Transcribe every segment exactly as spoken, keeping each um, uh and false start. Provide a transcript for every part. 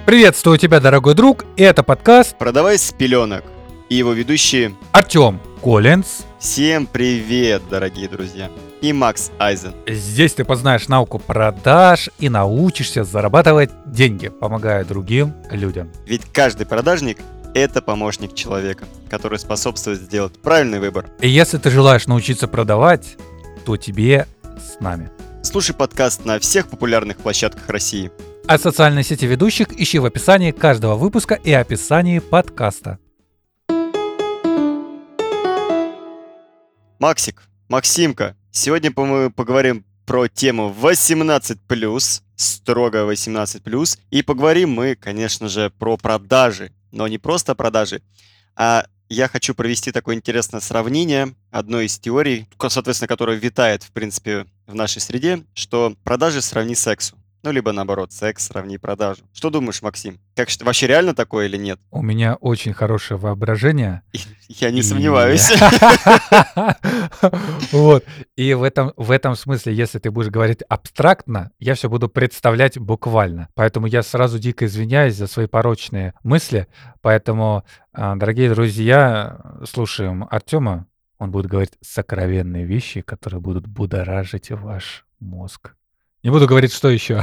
Приветствую тебя, дорогой друг, это подкаст «Продавай с пеленок» и его ведущие Артем Коллинз. Всем привет, дорогие друзья, и Макс Айзен. Здесь ты познаешь науку продаж и научишься зарабатывать деньги, помогая другим людям. Ведь каждый продажник – это помощник человека, который способствует сделать правильный выбор. И если ты желаешь научиться продавать, то тебе с нами. Слушай подкаст на всех популярных площадках России. А социальные сети ведущих ищи в описании каждого выпуска и описании подкаста. Максик, Максимка, сегодня мы поговорим про тему восемнадцать плюс, строго восемнадцать плюс, и поговорим мы, конечно же, про продажи, но не просто продажи, а я хочу провести такое интересное сравнение одной из теорий, соответственно, которая витает, в принципе, в нашей среде, что продажи сравни сексу. Ну, либо наоборот, секс сравни продажу. Что думаешь, Максим? Как что, вообще реально такое или нет? У меня очень хорошее воображение. Я не сомневаюсь. Вот. И в этом, в этом смысле, если ты будешь говорить абстрактно, я все буду представлять буквально. Поэтому я сразу дико извиняюсь за свои порочные мысли. Поэтому, дорогие друзья, слушаем Артема. Он будет говорить сокровенные вещи, которые будут будоражить ваш мозг. Не буду говорить, что еще.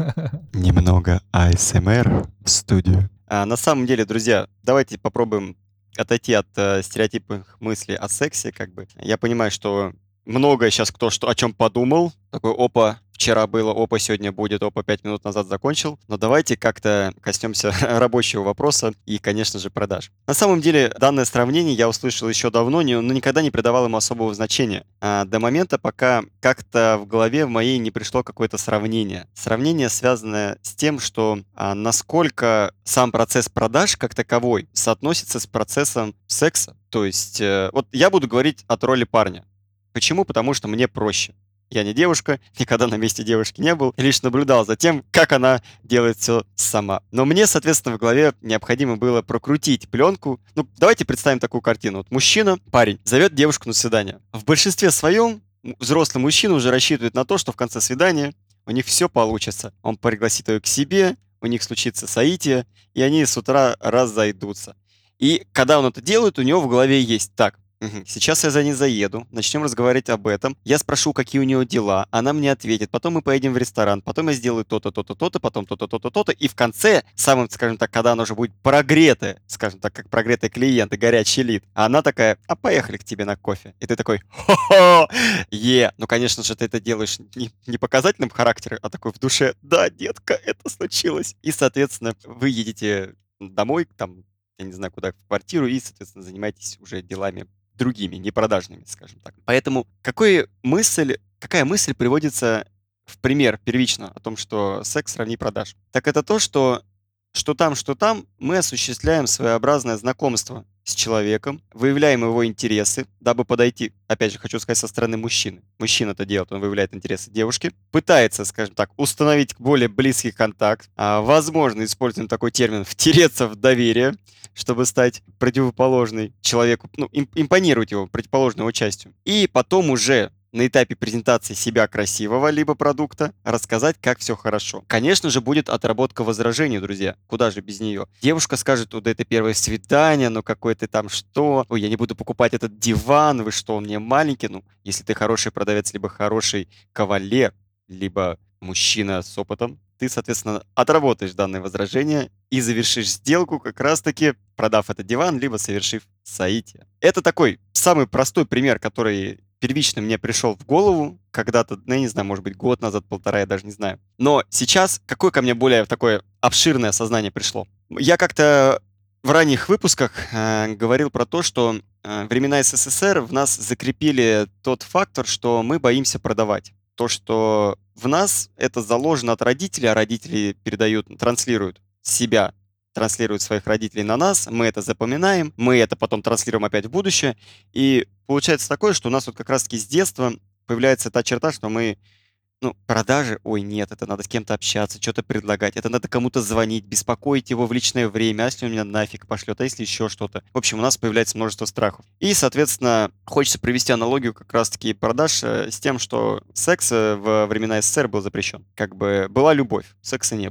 Немного эй эс эм эр в студию. А, на самом деле, друзья, давайте попробуем отойти от э, стереотипных мыслей о сексе, как бы. Я понимаю, что много сейчас кто что о чем подумал. Такой, опа, вчера было, опа, сегодня будет, опа, пять минут назад закончил. Но давайте как-то коснемся рабочего вопроса и, конечно же, продаж. На самом деле, данное сравнение я услышал еще давно, но никогда не придавал ему особого значения. А, до момента, пока как-то в голове в моей не пришло какое-то сравнение. Сравнение, связанное с тем, что а, насколько сам процесс продаж как таковой соотносится с процессом секса. То есть, э, вот я буду говорить от роли парня. Почему? Потому что мне проще. Я не девушка, никогда на месте девушки не был, лишь наблюдал за тем, как она делает все сама. Но мне, соответственно, в голове необходимо было прокрутить пленку. Ну, давайте представим такую картину. Вот мужчина, парень, зовет девушку на свидание. В большинстве своем взрослый мужчина уже рассчитывает на то, что в конце свидания у них все получится. Он пригласит ее к себе, у них случится соитие, и они с утра разойдутся. И когда он это делает, у него в голове есть так. Мгм. Сейчас я за ней заеду, начнем разговаривать об этом. Я спрошу, какие у нее дела, она мне ответит. Потом мы поедем в ресторан, потом я сделаю то-то, то-то, то-то, потом то-то, то-то, то-то. И в конце, самым, скажем так, когда она уже будет прогретая, скажем так, как прогретый клиент и горячий лид, а она такая, а поехали к тебе на кофе. И ты такой, хо-хо, е. Ну, конечно же, ты это делаешь не, не показательным характером, а такой в душе, да, детка, это случилось. И, соответственно, вы едете домой, там, я не знаю, куда, в квартиру, и, соответственно, занимаетесь уже делами другими, не продажными, скажем так. Поэтому какой мысль, какая мысль приводится в пример первично о том, что секс сравни продаж? Так это то, что что там, что там, мы осуществляем своеобразное знакомство с человеком, выявляем его интересы, дабы подойти, опять же, хочу сказать, со стороны мужчины. Мужчина это делает, он выявляет интересы девушки, пытается, скажем так, установить более близкий контакт, а, возможно, используем такой термин «втереться в доверие», чтобы стать противоположной человеку, ну, им, импонировать его противоположной его частью. И потом уже на этапе презентации себя красивого либо продукта рассказать, как все хорошо. Конечно же, будет отработка возражений, друзья. Куда же без нее? Девушка скажет, вот это первое свидание, ну какой ты там что? Ой, я не буду покупать этот диван, вы что, он мне маленький? Ну, если ты хороший продавец, либо хороший кавалер, либо мужчина с опытом, ты, соответственно, отработаешь данное возражение и завершишь сделку, как раз-таки продав этот диван, либо совершив соитие. Это такой самый простой пример, который первично мне пришел в голову когда-то, ну, я не знаю, может быть, год назад, полтора, я даже не знаю. Но сейчас какое ко мне более такое обширное сознание пришло? Я как-то в ранних выпусках э, говорил про то, что э, времена эс эс эс эр в нас закрепили тот фактор, что мы боимся продавать. То, что в нас это заложено от родителей, а родители передают, транслируют себя, транслируют своих родителей на нас, мы это запоминаем, мы это потом транслируем опять в будущее. И получается такое, что у нас вот как раз-таки с детства появляется та черта, что мы, ну, продажи, ой, нет, это надо с кем-то общаться, что-то предлагать, это надо кому-то звонить, беспокоить его в личное время, а если он меня нафиг пошлет, а если еще что-то. В общем, у нас появляется множество страхов. И, соответственно, хочется привести аналогию как раз-таки продаж э, с тем, что секс э, во времена эс эс эс эр был запрещен. Как бы была любовь, секса не было.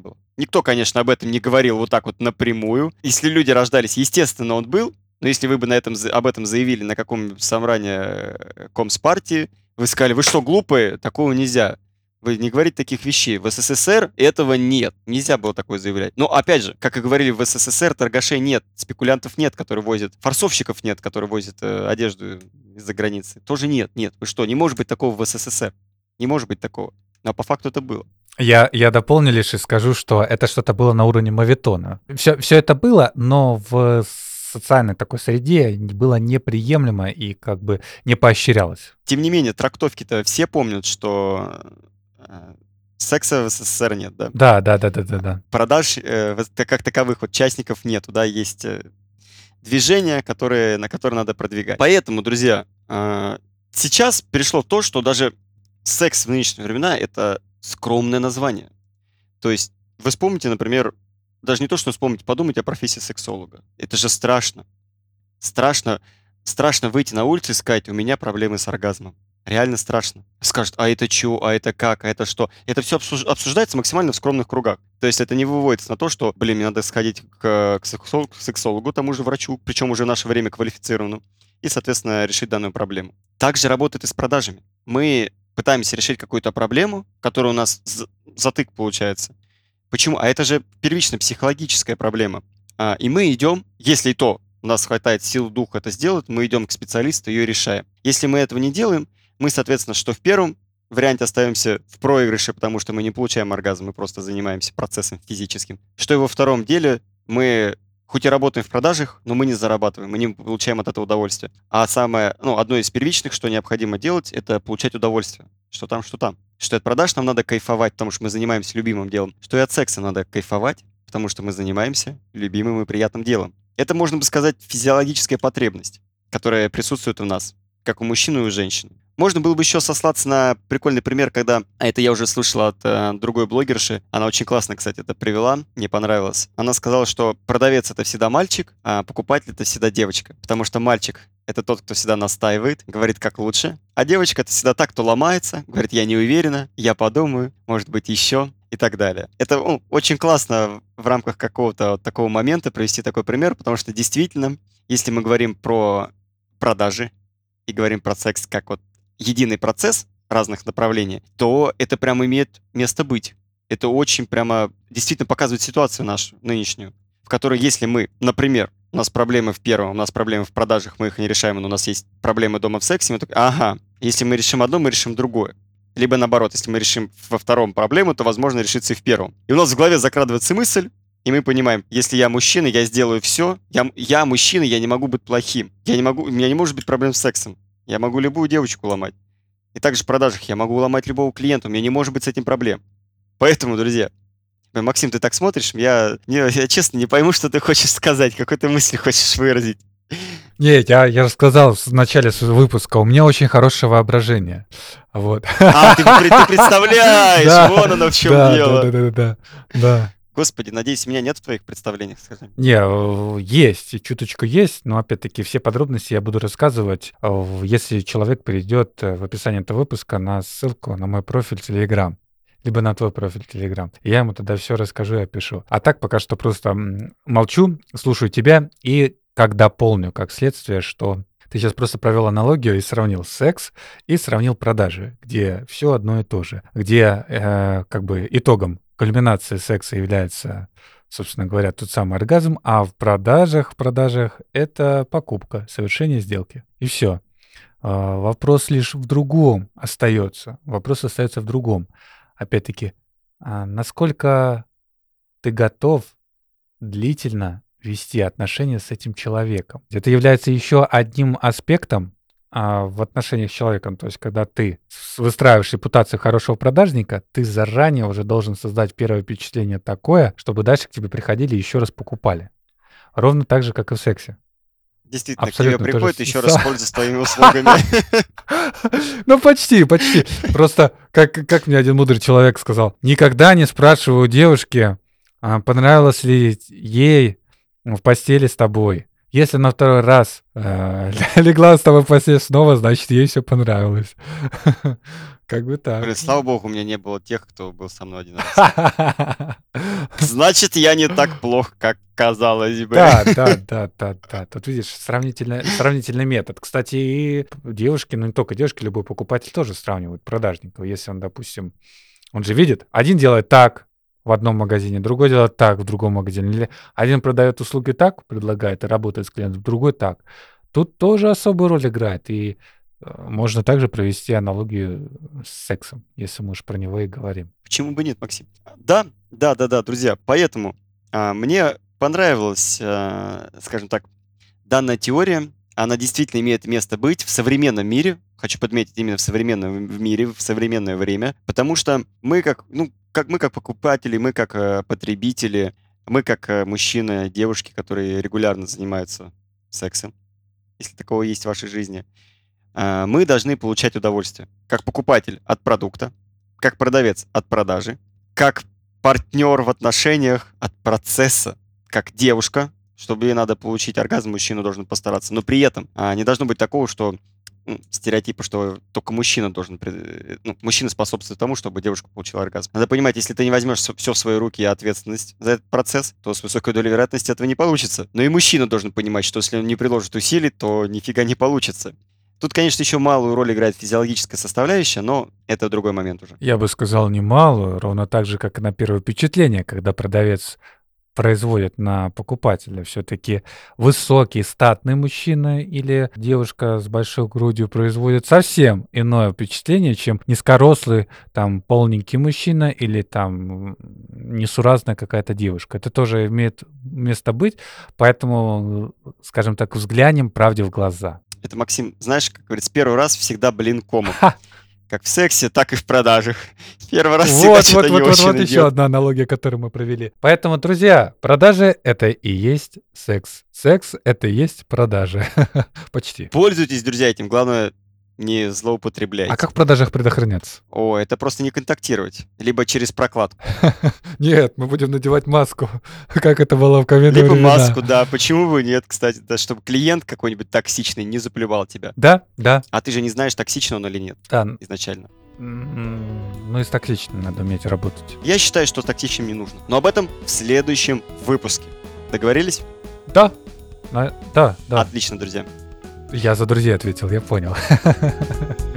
Никто, конечно, об этом не говорил вот так вот напрямую. Если люди рождались, естественно, он был. Но если вы бы на этом, об этом заявили на каком-нибудь собрании э, Комспартии, вы сказали, вы что, глупые? Такого нельзя. Вы не говорите таких вещей. В СССР этого нет. Нельзя было такое заявлять. Но, опять же, как и говорили, в СССР торгашей нет, спекулянтов нет, которые возят, форцовщиков нет, которые возят э, одежду из-за границы. Тоже нет, нет. Вы что, не может быть такого в СССР. Не может быть такого. Но по факту это было. Я, я дополню лишь и скажу, что это что-то было на уровне моветона. Все, все это было, но в социальной такой среде было неприемлемо и как бы не поощрялось. Тем не менее, трактовки-то все помнят, что э, секса в СССР нет, да? Да, да, да, да, да, да. Продаж э, вот как таковых вот частников нету, да, есть э, движения, которые, на которые надо продвигать. Поэтому, друзья, э, сейчас пришло то, что даже секс в нынешние времена — это скромное название. То есть вы вспомните, например, даже не то, что вспомните, подумайте о профессии сексолога. Это же страшно. Страшно, страшно выйти на улицу и сказать, у меня проблемы с оргазмом. Реально страшно. Скажут, а это что, а это как, а это что? Это все обсуждается максимально в скромных кругах. То есть это не выводится на то, что, блин, мне надо сходить к, к сексологу, к сексологу, тому же врачу, причем уже в наше время квалифицированному, и, соответственно, решить данную проблему. Также работает и с продажами. Мы пытаемся решить какую-то проблему, которая у нас затык получается. Почему? А это же первично психологическая проблема. А, и мы идем, если и то у нас хватает сил духа это сделать, мы идем к специалисту, ее решаем. Если мы этого не делаем, мы, соответственно, что в первом варианте остаемся в проигрыше, потому что мы не получаем оргазм, мы просто занимаемся процессом физическим. Что и во втором деле мы хоть и работаем в продажах, но мы не зарабатываем, мы не получаем от этого удовольствия. А самое, ну, одно из первичных, что необходимо делать, это получать удовольствие. Что там, что там. Что от продаж нам надо кайфовать, потому что мы занимаемся любимым делом. Что и от секса надо кайфовать, потому что мы занимаемся любимым и приятным делом. Это, можно бы сказать, физиологическая потребность, которая присутствует у нас, как у мужчины и у женщины. Можно было бы еще сослаться на прикольный пример, когда, а это я уже слышал от э, другой блогерши, она очень классно, кстати, это привела, мне понравилось. Она сказала, что продавец — это всегда мальчик, а покупатель — это всегда девочка, потому что мальчик — это тот, кто всегда настаивает, говорит, как лучше, а девочка — это всегда так, кто ломается, говорит, я не уверена, я подумаю, может быть, еще и так далее. Это ну, очень классно в рамках какого-то вот такого момента привести такой пример, потому что действительно, если мы говорим про продажи и говорим про секс как вот единый процесс разных направлений, то это прямо имеет место быть. Это очень прямо действительно показывает ситуацию нашу нынешнюю, в которой если мы, например, у нас проблемы в первом, у нас проблемы в продажах, мы их не решаем, но у нас есть проблемы дома в сексе, мы такие, ага, если мы решим одно, мы решим другое. Либо наоборот, если мы решим во втором проблему, то, возможно, решится и в первом. И у нас в голове закрадывается мысль, и мы понимаем, если я мужчина, я сделаю все, я, я мужчина, я не могу быть плохим, я не могу, у меня не может быть проблем с сексом. Я могу любую девочку ломать. И также в продажах я могу ломать любого клиента, у меня не может быть с этим проблем. Поэтому, друзья, Максим, ты так смотришь, я, не, я честно не пойму, что ты хочешь сказать, какой ты мысль хочешь выразить. Нет, я, я рассказал в начале выпуска, у меня очень хорошее воображение. Вот. А, ты, ты представляешь, да, вон оно в чем да, дело. Да, да, да, да, да. Господи, надеюсь, меня нет в твоих представлениях, скажи. Не, есть, чуточку есть, но опять-таки все подробности я буду рассказывать, если человек перейдет в описание этого выпуска на ссылку на мой профиль Telegram, либо на твой профиль Telegram. Я ему тогда все расскажу и опишу. А так пока что просто молчу, слушаю тебя и как дополню, как следствие, что ты сейчас просто провел аналогию и сравнил секс и сравнил продажи, где все одно и то же, где э, как бы итогом кульминации секса является, собственно говоря, тот самый оргазм, а в продажах, в продажах это покупка, совершение сделки. И все. А, вопрос лишь в другом остается. Вопрос остается в другом. Опять-таки, а насколько ты готов длительно вести отношения с этим человеком? Это является еще одним аспектом а, в отношениях с человеком. То есть, когда ты выстраиваешь репутацию хорошего продажника, ты заранее уже должен создать первое впечатление такое, чтобы дальше к тебе приходили и еще раз покупали. Ровно так же, как и в сексе. Действительно, абсолютно, к тебе приходит еще раз пользоваться твоими услугами. Ну, почти, почти. Просто, как, как мне один мудрый человек сказал, никогда не спрашиваю у девушки, понравилось ли ей в постели с тобой. Если на второй раз э, легла с тобой в постель снова, значит, ей все понравилось. Как бы так. Блин, слава богу, у меня не было тех, кто был со мной один раз. Значит, я не так плох, как казалось бы. Да, да, да, да, да. Тут видишь, сравнительный, сравнительный метод. Кстати, и девушки, ну не только девушки, любой покупатель тоже сравнивает продажников. Если он, допустим, он же видит, один делает так в одном магазине, другой делает так в другом магазине. Или один продает услуги так, предлагает и работает с клиентом, другой так. Тут тоже особую роль играет. И э, можно также провести аналогию с сексом, если мы уж про него и говорим. Почему бы нет, Максим? Да, да, да, да, друзья. Поэтому а, мне понравилась, а, скажем так, данная теория. Она действительно имеет место быть в современном мире. Хочу подметить именно в современном в мире, в современное время. Потому что мы как, ну, как мы как покупатели, мы как э, потребители, мы как э, мужчины, девушки, которые регулярно занимаются сексом, если такого есть в вашей жизни, а, мы должны получать удовольствие. Как покупатель от продукта, как продавец от продажи, как партнер в отношениях от процесса, как девушка, чтобы ей надо получить оргазм, мужчина должен постараться. Но при этом а, не должно быть такого, что ну, стереотипа, что только мужчина должен, пред- ну, мужчина способствует тому, чтобы девушка получила оргазм. Надо понимать, если ты не возьмешь все в свои руки и ответственность за этот процесс, то с высокой долей вероятности этого не получится. Но и мужчина должен понимать, что если он не приложит усилий, то нифига не получится. Тут, конечно, еще малую роль играет физиологическая составляющая, но это другой момент уже. Я бы сказал, немалую, ровно так же, как и на первое впечатление, когда продавец производит на покупателя. Все-таки высокий, статный мужчина или девушка с большой грудью производит совсем иное впечатление, чем низкорослый, там, полненький мужчина или там м, несуразная какая-то девушка. Это тоже имеет место быть, поэтому, э, скажем так, взглянем правде в глаза. Это, Максим, знаешь, как говорится, первый раз всегда блин комом. Ха! Как в сексе, так и в продажах. Первый раз всегда Вот, вот, что-то не вот, вот, очень вот еще идет. одна аналогия, которую мы провели. Поэтому, друзья, продажи — это и есть секс. Секс — это и есть продажи. Почти. Пользуйтесь, друзья, этим. Главное, не А злоупотребляйте. как в продажах предохраняться? О, это просто не контактировать. Либо через прокладку. Нет, мы будем надевать маску, как это было в ковидные Либо времена. маску, да. Почему бы нет, кстати, да, чтобы клиент какой-нибудь токсичный не заплевал тебя. Да, да, А ты же не знаешь, токсичный он или нет да. изначально. М, Ну и с токсичным надо уметь работать. Я считаю, что токсичным не нужно. Но об этом в следующем выпуске. Договорились? Да, на- да, да. Отлично, друзья. Я за друзей ответил, я понял.